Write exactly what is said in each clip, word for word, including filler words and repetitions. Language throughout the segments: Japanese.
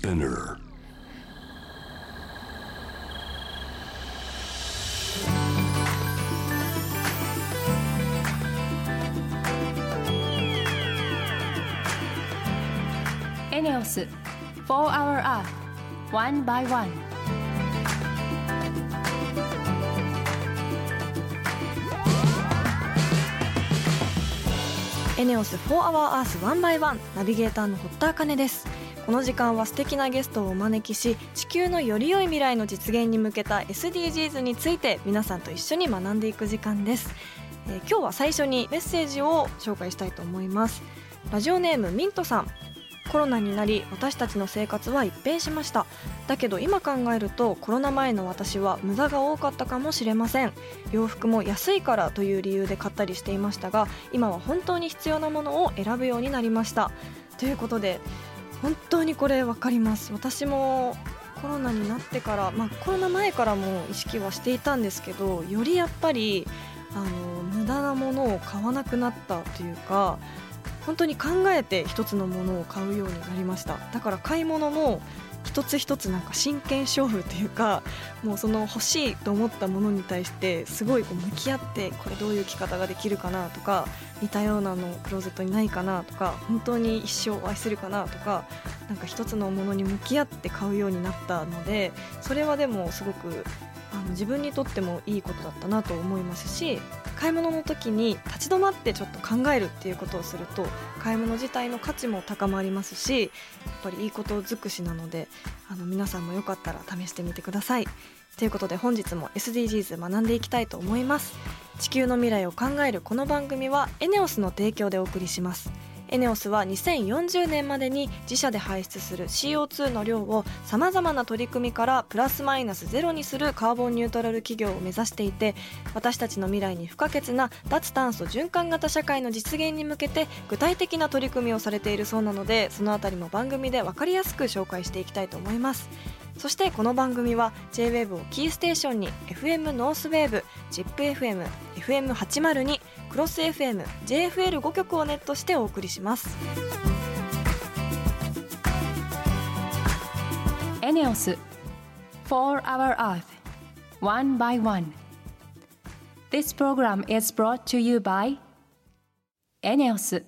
Spinner. エネオス For Our Earth One by One。 エネオス For Our Earth One by One ナビゲーターの堀田茜です。この時間は素敵なゲストをお招きし、地球のより良い未来の実現に向けた エスディージーズ について皆さんと一緒に学んでいく時間です。えー、今日は最初にメッセージを紹介したいと思います。ラジオネームミントさん。コロナになり私たちの生活は一変しました。だけど今考えるとコロナ前の私は無駄が多かったかもしれません。洋服も安いからという理由で買ったりしていましたが、今は本当に必要なものを選ぶようになりました。ということで本当にこれ分かります。私もコロナになってから、まあ、コロナ前からも意識はしていたんですけど、よりやっぱりあの無駄なものを買わなくなったというか、本当に考えて一つのものを買うようになりました。だから買い物も一つ一つなんか真剣勝負というか、もうその欲しいと思ったものに対してすごいこう向き合って、これどういう着方ができるかなとか、似たようなのクローゼットにないかなとか、本当に一生愛するかなとか、なんか一つのものに向き合って買うようになったので、それはでもすごくあの自分にとってもいいことだったなと思いますし、買い物の時に立ち止まってちょっと考えるっていうことをすると、買い物自体の価値も高まりますし、やっぱりいいこと尽くしなので、あの皆さんもよかったら試してみてください。ということで本日も エスディージーズ 学んでいきたいと思います。地球の未来を考えるこの番組はエネオスの提供でお送りします。エネオスはにせんよんじゅうねんまでに自社で排出する シーオーツー の量をさまざまな取り組みからプラスマイナスゼロにするカーボンニュートラル企業を目指していて、私たちの未来に不可欠な脱炭素循環型社会の実現に向けて具体的な取り組みをされているそうなので、そのあたりも番組で分かりやすく紹介していきたいと思います。そしてこの番組は ジェイウェーブ をキーステーションに エフエム ノースウェーブ、ジップエフエム、エフエムはちまるに、クロス エフエム、ジェイエフエルご 曲をネットしてお送りします。 エネオス For Our Earth One by One。 This program is brought to you by エネオス。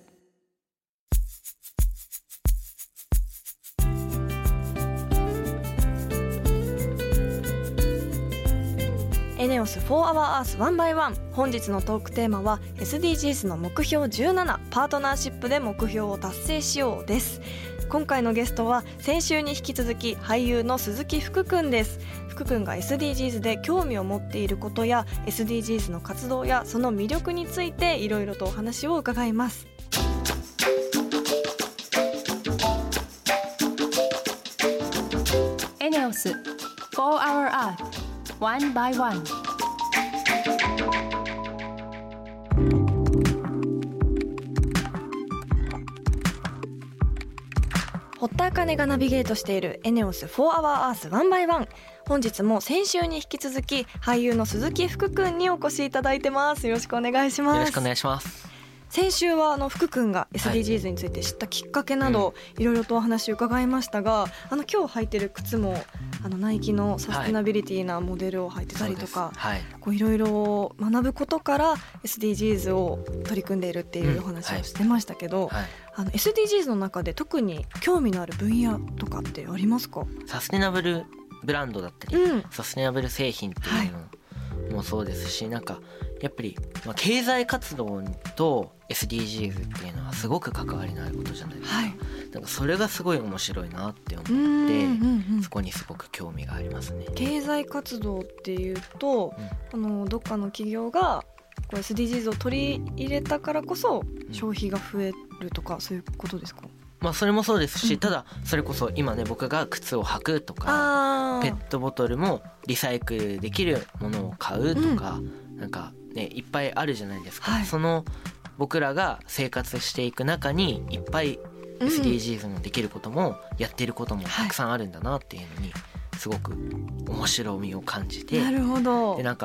エネオス For Our Earth One by One。 本日のトークテーマは エスディージーズ の目標じゅうなな、パートナーシップで目標を達成しようです。今回のゲストは先週に引き続き俳優の鈴木福くんです。福くんが エスディージーズ で興味を持っていることや エスディージーズ の活動やその魅力についていろいろとお話を伺います。 エネオス For Our Earth One by One。 堀田茜がナビゲートしているエネオス For Our Earth One by One。 本日も先週に引き続き俳優の鈴木福くんにお越しいただいてます。よろしくお願いします。 よろしくお願いします。 先週はあの福くんが エスディージーズ について知ったきっかけなどいろいろとお話を伺いましたが、あの今日履いてる靴もあのナイキのサステナビリティなモデルを履いてたりとか、 はい、 こういろいろ学ぶことから エスディージーズ を取り組んでいるっていうお話をしてましたけど、うんはい、あの エスディージーズ の中で特に興味のある分野とかってありますか？ サステナブルブランドだったり、うん、サステナブル製品っていうのもそうですし、はい、なんかやっぱり、まあ、経済活動と エスディージーズ っていうのはすごく関わりのあることじゃないですか、はい、なんかそれがすごい面白いなって思って、うんうんうん、そこにすごく興味がありますね。 経済活動っていうと、うん、あのどっかの企業がこう エスディージーズ を取り入れたからこそ消費が増えるとか、うん、そういうことですか？ まあ、それもそうですし、うん、ただそれこそ今ね僕が靴を履くとかペットボトルもリサイクルできるものを買うとか、うん、なんかねいっぱいあるじゃないですか、はい、その僕らが生活していく中にいっぱい エスディージーズ のできることもやってることもたくさんあるんだなっていうのにすごく面白みを感じて、 なるほど。 でなんか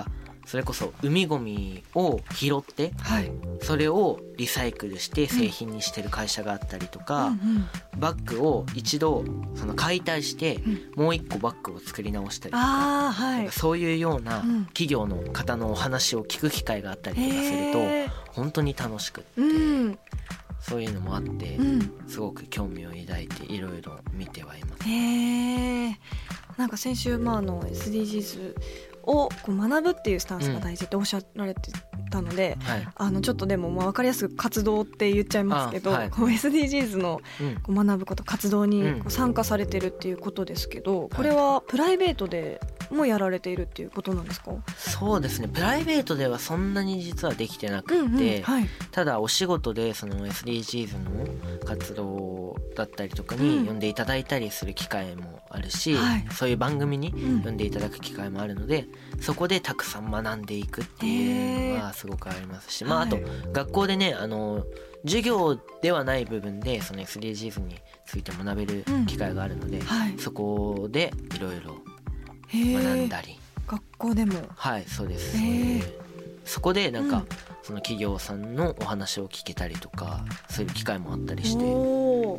それこそ海ゴミを拾って、 はい、 それをリサイクルして製品にしてる会社があったりとか、 うんうん、 バッグを一度その解体してもう一個バッグを作り直したりとか、 あ、はい、 そういうような企業の方のお話を聞く機会があったりとかすると本当に楽しくって、うん、そういうのもあって、うん、すごく興味を抱いていろいろ見てはいます。 へー、なんか先週、まあ、あの エスディージーズ をこう学ぶっていうスタンスが大事っておっしゃられてたので、うん、はい、あのちょっとでもまあ分かりやすく活動って言っちゃいますけど、はい、こう エスディージーズ のこう学ぶこと活動にこう参加されてるっていうことですけど、これはプライベートでもやられているっていうことなんですか？ そうですね、プライベートではそんなに実はできてなくて、うんうん、はい、ただお仕事でその エスディージーズ の活動だったりとかに呼んでいただいたりする機会もあるし、うん、そういう番組に呼んでいただく機会もあるので、うん、そこでたくさん学んでいくっていうのはすごくありますし、まあ、あと学校でね、あの授業ではない部分でその エスディージーズ について学べる機会があるので、うん、はい、そこでいろいろ学んだり、 学校でも、 はい、そうです。そういうそこでなんか、うん、その企業さんのお話を聞けたりとかそういう機会もあったりして、はい、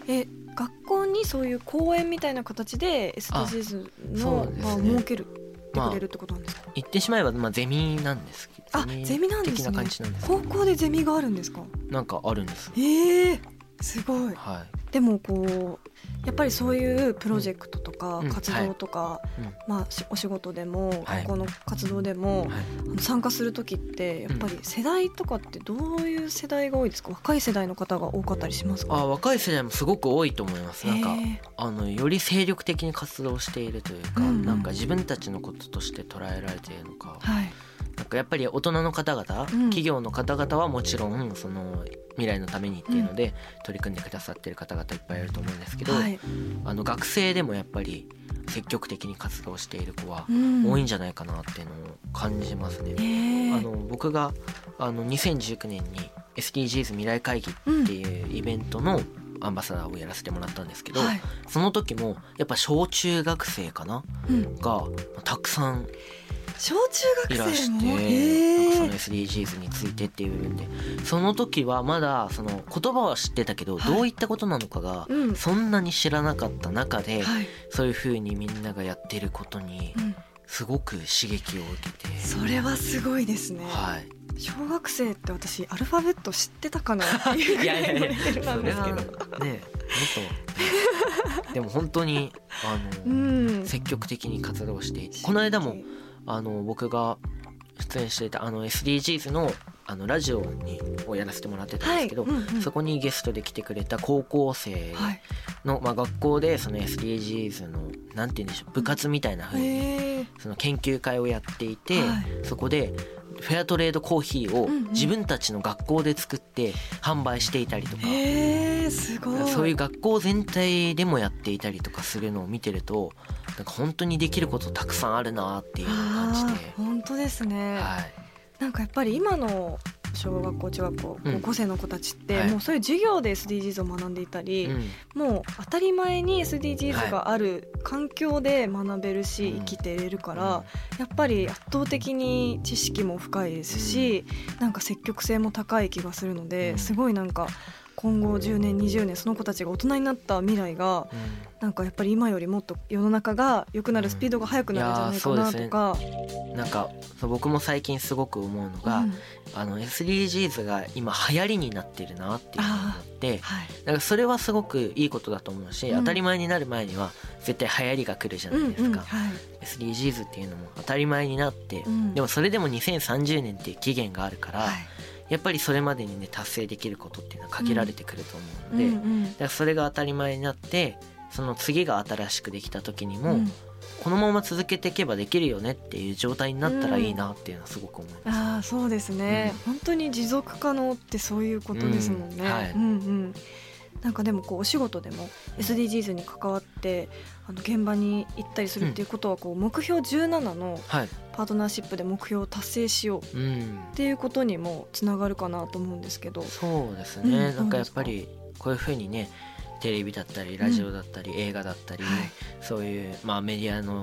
え学校にそういう講演みたいな形で エスディージーズ の場を設けるってくれるってことなんですか？まあ、 言ってしまえば、まあ、ゼミなんですけど、 あ、ゼミなんですね。 的な感じなんです。 高校でゼミがあるんですか？ なんかあるんです。 えー、すごい、 はい、 でもこうやっぱりそういうプロジェクトとか活動とか、うんうん、はい、まあ、お仕事でも学校の活動でも、はい、あの参加する時ってやっぱり世代とかってどういう世代が多いですか？若い世代の方が多かったりしますか？ あ、若い世代もすごく多いと思います。なんかあのより精力的に活動しているというか、うんうん、なんか自分たちのこととして捉えられているのか、はい、なんかやっぱり大人の方々、うん、企業の方々はもちろんその未来のためにっていうので取り組んでくださっている方々いっぱいいると思うんですけど、はい、あの学生でもやっぱり積極的に活動している子は多いんじゃないかなっていうのを感じますね。うん、あの僕があのにせんじゅうきゅうねんに エスディージーズ 未来会議っていうイベントのアンバサダーをやらせてもらったんですけど、はい、その時もやっぱ小中学生かな、うん、がたくさん小中学いらして、 えー、 なんかその エスディージーズ についてっていう部分で、その時はまだその言葉は知ってたけど、はい、どういったことなのかがそんなに知らなかった中で、うん、そういう風にみんながやってることにすごく刺激を受けて、 それはすごいですね。 はい、 小学生って私アルファベット知ってたかなっていうぐらいのレベルなんですけど、ね、もっと、ね、 でも本当にあの、うん、積極的に活動していて、この間もあの僕が出演していたあの エスディージーズ の, あのラジオにをやらせてもらってたんですけど、はい、うんうん、そこにゲストで来てくれた高校生の、はい、まあ、学校でその エスディージーズ のなんて言うんでしょう、部活みたいな風にその研究会をやっていて、はい、そこでフェアトレードコーヒーを自分たちの学校で作って販売していたりとか、うんうん、 へー、すごい。 そういう学校全体でもやっていたりとかするのを見てると、なんか本当にできることたくさんあるなっていうのを感じて。 本当ですね、はい、なんかやっぱり今の小学校中学校高校生の子たちって、うん、もうそういう授業で エスディージーズ を学んでいたり、はい、もう当たり前に エスディージーズ がある環境で学べるし、はい、生きていれるから、うん、やっぱり圧倒的に知識も深いですし、うん、なんか積極性も高い気がするので、うん、すごいなんか今後じゅうねんにじゅうねんその子たちが大人になった未来が、うん、なんかやっぱり今よりもっと世の中が良くなるスピードが速くなるんじゃないかなとか、 うん、ね、なんか僕も最近すごく思うのが、うん、あの エスディージーズ が今流行りになってるなっていうのを思って、はい、なんかそれはすごくいいことだと思うし、うん、当たり前になる前には絶対流行りが来るじゃないですか、うんうん、はい、エスディージーズ っていうのも当たり前になって、うん、でもそれでもにせんさんじゅうねんっていう期限があるから、はい、やっぱりそれまでにね達成できることっていうのは限られてくると思うので、うんうんうん、だからそれが当たり前になってその次が新しくできた時にも、うん、このまま続けていけばできるよねっていう状態になったらいいなっていうのはすごく思います、 うん、あ、そうですね、うん、本当に持続可能ってそういうことですもんね、うん、はい、うんうん、なんかでもこうお仕事でも エスディージーズ に関わってあの現場に行ったりするっていうことはこう目標じゅうななのパートナーシップで目標を達成しようっていうことにもつながるかなと思うんですけど、 そうですね、うん、なんかやっぱりこういうふうにねテレビだったりラジオだったり、うん、映画だったり、はい、そういう、まあ、メディアの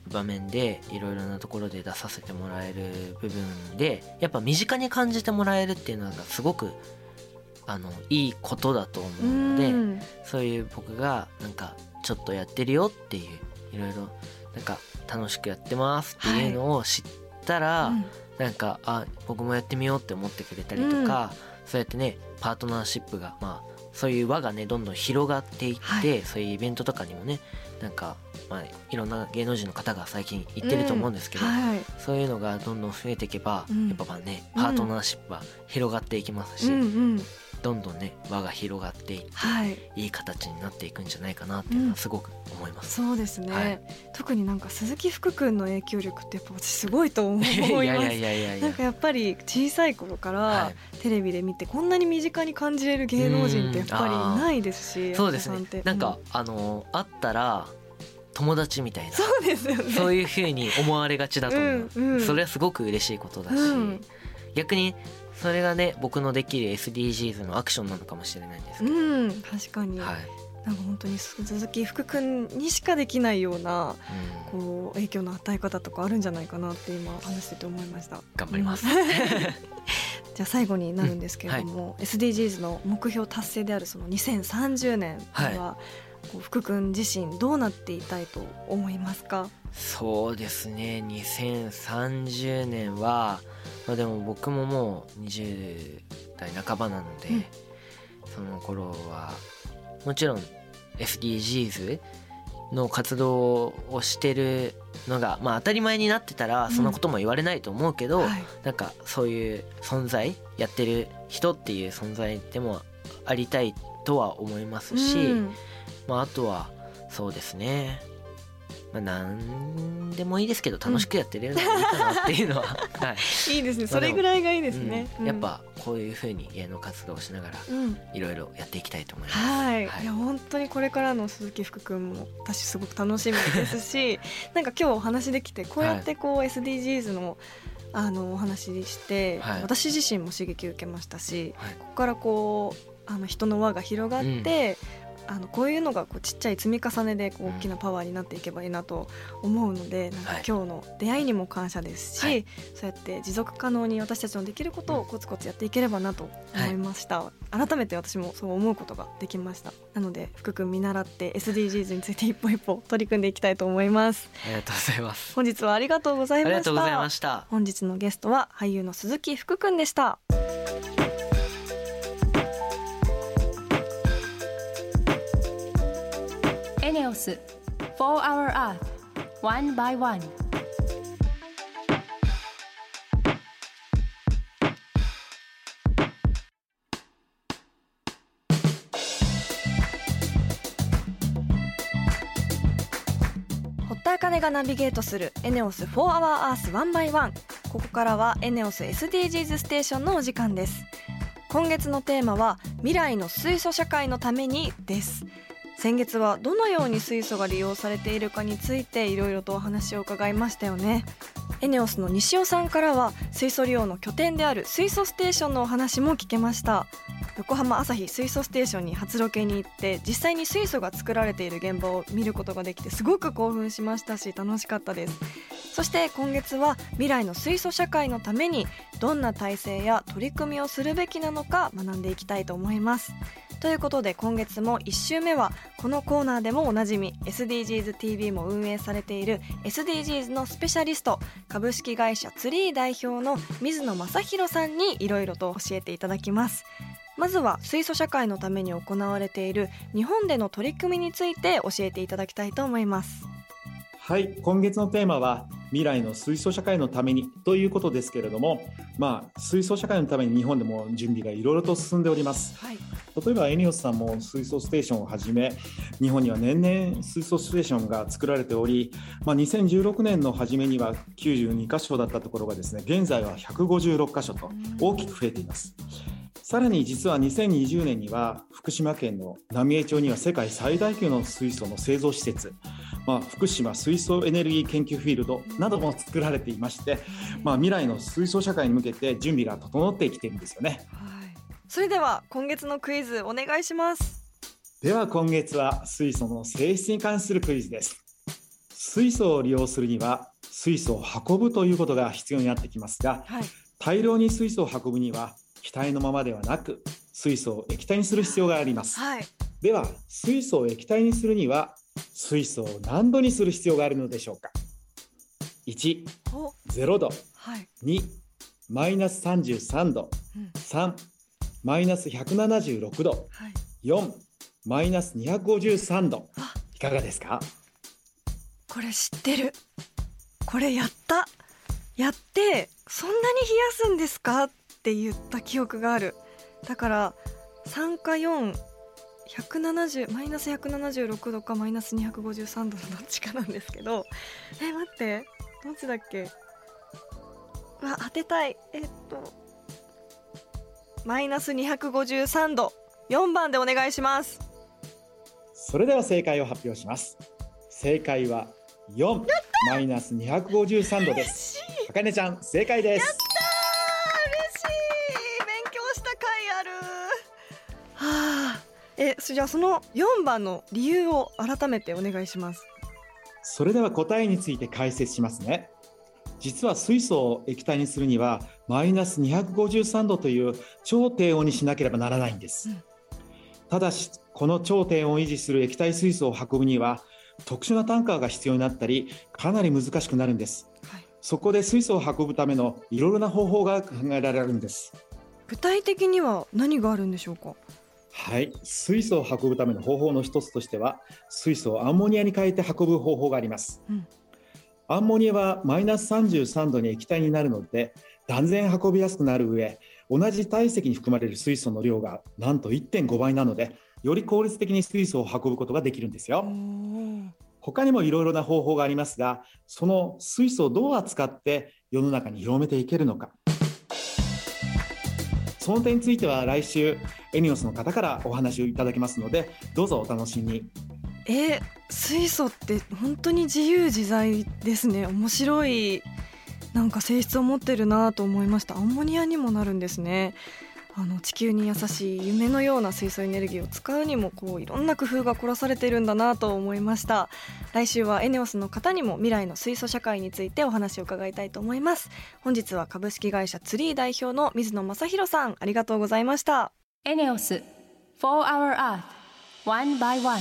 場面でいろいろなところで出させてもらえる部分でやっぱ身近に感じてもらえるっていうのがすごくあのいいことだと思うので、うん、そういう僕がなんかちょっとやってるよっていういろいろなんか楽しくやってますっていうのを知ったら、はい、なんかあ僕もやってみようって思ってくれたりとか、うん、そうやってねパートナーシップがまあそういう輪がねどんどん広がっていって、はい、そういうイベントとかにもねなんか、まあ、いろんな芸能人の方が最近行ってると思うんですけど、うんはい、そういうのがどんどん増えていけば、うん、やっぱまあねパートナーシップは広がっていきますし、うんうん、どんどんね輪が広がっていって、はい、いい形になっていくんじゃないかなっていうのはすごく思います、 うん、そうですね、はい、特になんか鈴木福君の影響力ってやっぱ私すごいと思いますいやいやいやいやいやなんかやっぱり小さい頃からテレビで見てこんなに身近に感じれる芸能人ってやっぱりないですし、 そうですねなんか、うん、あの会ったら友達みたいなそうですよねそういう風に思われがちだと思う、うんうん、それはすごく嬉しいことだし、うん、逆にそれがね僕のできる エスディージーズ のアクションなのかもしれないんですけど、 うん、確かに、はい、なんか本当に鈴木福君にしかできないような、うん、こう影響の与え方とかあるんじゃないかなって今話してて思いました。 頑張ります、うん、 じゃあ最後になるんですけれども、うんはい、エスディージーズ の目標達成であるそのにせんさんじゅうねんは、はい、こう福君自身どうなっていたいと思いますか？ そうですねにせんさんじゅうねんは、まあ、でも僕ももうにじゅうだいなかばなので、うん、その頃はもちろん エスディージーズ の活動をしてるのが、まあ、当たり前になってたらそんなことも言われないと思うけど、うんはい、なんかそういう存在やってる人っていう存在でもありたいとは思いますし、うんまあ、あとはそうですねまあ、何でもいいですけど楽しくやってるのがいいかなっていうのは、うんはい、 いいですねそれぐらいがいいですね、 うん、やっぱこういう風に芸能活動をしながらいろいろやっていきたいと思います、 うんはいはい、いや本当にこれからの鈴木福君も私すごく楽しみですしなんか今日お話できてこうやってこう エスディージーズ のあのお話して、はい、私自身も刺激を受けましたし、はい、ここからこうあの人の輪が広がって、うん、あのこういうのがこうちっちゃい積み重ねでこう大きなパワーになっていけばいいなと思うので、うん、なんか今日の出会いにも感謝ですし、はい、そうやって持続可能に私たちのできることをコツコツやっていければなと思いました、はい、改めて私もそう思うことができました。なので福君見習って エスディージーズ について一歩一歩取り組んでいきたいと思います。 ありがとうございます。 本日はありがとうございました。 ありがとうございました。 本日のゲストは俳優の鈴木福君でした。 エネオス For Our Earth One by One。 堀田茜がナビゲートするエネオス For Our Earth One by One。 ここからはエネオス エスディージーズ ステーションのお時間です。今月のテーマは未来の水素社会のためにです。先月はどのように水素が利用されているかについていろいろとお話を伺いましたよね。エネオスの西尾さんからは水素利用の拠点である水素ステーションのお話も聞けました。横浜朝日水素ステーションに初ロケに行って実際に水素が作られている現場を見ることができてすごく興奮しましたし楽しかったです。そして今月は未来の水素社会のためにどんな体制や取り組みをするべきなのか学んでいきたいと思います。ということで今月もいち週目はこのコーナーでもおなじみ エスディージーズティーブイ も運営されている エスディージーズ のスペシャリスト株式会社ツリー代表の水野正弘さんにいろいろと教えていただきます。まずは水素社会のために行われている日本での取り組みについて教えていただきたいと思います。 はい、今月のテーマは未来の水素社会のためにということですけれども、まあ、水素社会のために日本でも準備がいろいろと進んでおります、はい、例えばエネオスさんも水素ステーションをはじめ日本には年々水素ステーションが作られており、まあ、にせんじゅうろくねんの初めにはきゅうじゅうにかしょだったところがですね現在はひゃくごじゅうろっかしょと大きく増えています。さらに実はにせんにじゅうねんには福島県の浪江町には世界最大級の水素の製造施設、まあ、福島水素エネルギー研究フィールドなども作られていまして、まあ、未来の水素社会に向けて準備が整ってきているんですよね、 はい、それでは今月のクイズお願いします。 では今月は水素の性質に関するクイズです。 水素を利用するには水素を運ぶということが必要になってきますが、はい、大量に水素を運ぶには気体のままではなく水素を液体にする必要があります、はい、では水素を液体にするには水素を何度にする必要があるのでしょうか。いち、ゼロど、はい、に、マイナスさんじゅうさんど、うん、さん、マイナスひゃくななじゅうろくど、はい、よん、マイナスにひゃくごじゅうさんど。いかがですか？ これ知ってる。これやったやってそんなに冷やすんですかって言った記憶がある。だからさんかよん、ひゃくななじゅうマイナスひゃくななじゅうろくどかマイナスにひゃくごじゅうさんどのどっちかなんですけど、え待ってどっちだっけ。うわ当てたい。えっとマイナスにひゃくごじゅうさんど、よんばんでお願いします。 それでは正解を発表します。正解はよん、マイナスにひゃくごじゅうさんどです。あかねちゃん正解です。 やったー、嬉しい。勉強した甲斐ある。はあ、えじゃあそのよんばんの理由を改めてお願いします。 それでは答えについて解説しますね。実は水素を液体にするにはマイナスにひゃくごじゅうさんどという超低温にしなければならないんです、うん、ただしこの超低温を維持する液体水素を運ぶには特殊なタンカーが必要になったりかなり難しくなるんです、はい、そこで水素を運ぶためのいろいろな方法が考えられるんです。 具体的には何があるんでしょうか？ はい、水素を運ぶための方法の一つとしては水素をアンモニアに変えて運ぶ方法があります、うん、アンモニアはマイナスさんじゅうさんどに液体になるので断然運びやすくなる上、同じ体積に含まれる水素の量がなんと いってんごばいなのでより効率的に水素を運ぶことができるんですよ。他にもいろいろな方法がありますが、その水素をどう扱って世の中に広めていけるのか、その点については来週エニオスの方からお話をいただきますのでどうぞお楽しみに。 えー、水素って本当に自由自在ですね。面白いなんか性質を持ってるなと思いました。アンモニアにもなるんですね。あの地球に優しい夢のような水素エネルギーを使うにもこういろんな工夫が凝らされているんだなと思いました。来週はエネオスの方にも未来の水素社会についてお話を伺いたいと思います。本日は株式会社ツリー代表の水野正弘さん、ありがとうございました。 エネオス For Our Earth One by One。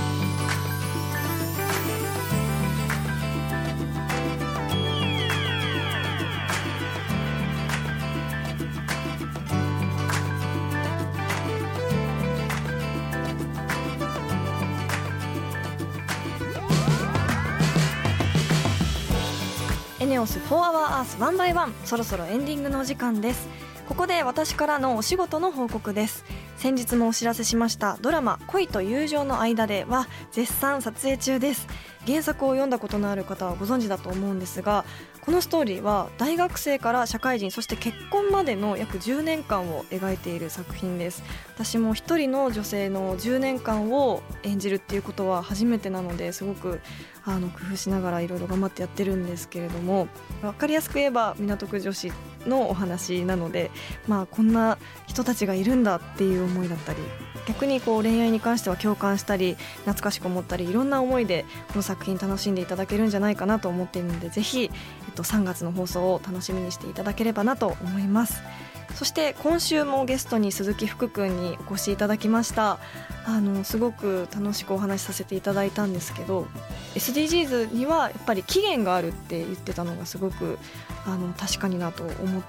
エネオス For Our Earth One by One、 そろそろエンディングのお時間です。ここで私からのお仕事の報告です。先日もお知らせしましたドラマ恋と友情の間では絶賛撮影中です。原作を読んだことのある方はご存知だと思うんですが、このストーリーは大学生から社会人そして結婚までの約じゅうねんかんを描いている作品です。私も一人の女性のじゅうねんかんを演じるっていうことは初めてなので、すごくあの工夫しながらいろいろ頑張ってやってるんですけれども、分かりやすく言えば港区女子のお話なので、まあ、こんな人たちがいるんだっていう思いだったり、逆にこう恋愛に関しては共感したり懐かしく思ったり、いろんな思いでこの作品楽しんでいただけるんじゃないかなと思っているので、ぜひ、えっと、さんがつの放送を楽しみにしていただければなと思います。そして今週もゲストに鈴木福くんにお越しいただきました。あのすごく楽しくお話しさせていただいたんですけど、 エスディージーズ にはやっぱり期限があるって言ってたのがすごくあの確かになと思って、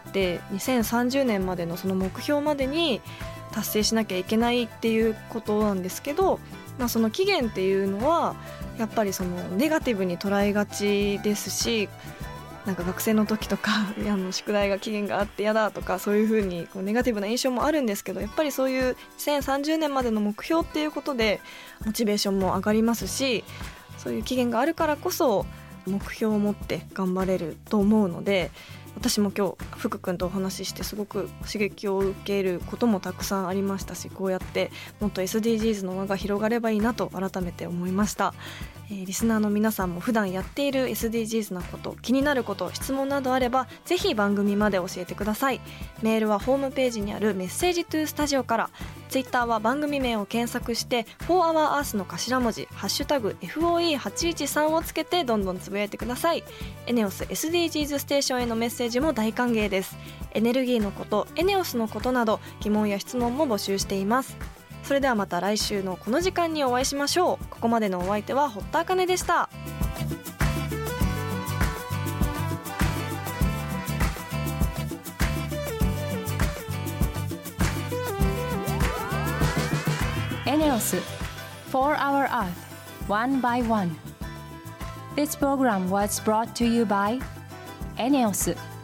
にせんさんじゅうねんまでのその目標までに達成しなきゃいけないっていうことなんですけど、まあ、その期限っていうのはやっぱりそのネガティブに捉えがちですし、なんか学生の時とかあの宿題が期限があってやだとか、そういう風にこうネガティブな印象もあるんですけど、やっぱりそういうにせんさんじゅうねんまでの目標っていうことでモチベーションも上がりますし、そういう期限があるからこそ目標を持って頑張れると思うので、私も今日福くんとお話ししてすごく刺激を受けることもたくさんありましたし、こうやってもっと エスディージーズ の輪が広がればいいなと改めて思いました。 えー、リスナーの皆さんも普段やっている エスディージーズ なこと、気になること、質問などあればぜひ番組まで教えてください。メールはホームページにあるメッセージトゥースタジオから、ツイッターは番組名を検索して フォーアワーアース の頭文字ハッシュタグ エフオーイーはちいちさん をつけてどんどんつぶやいてください。エネオス エスディージーズ ステーションへのメッセージも大歓迎です。エネルギーのこと、エネオスのことなど疑問や質問も募集しています。それではまた来週のこの時間にお会いしましょう。ここまでのお相手は堀田茜でした。 エネオス For Our Earth One by One. This program was brought to you by エネオス。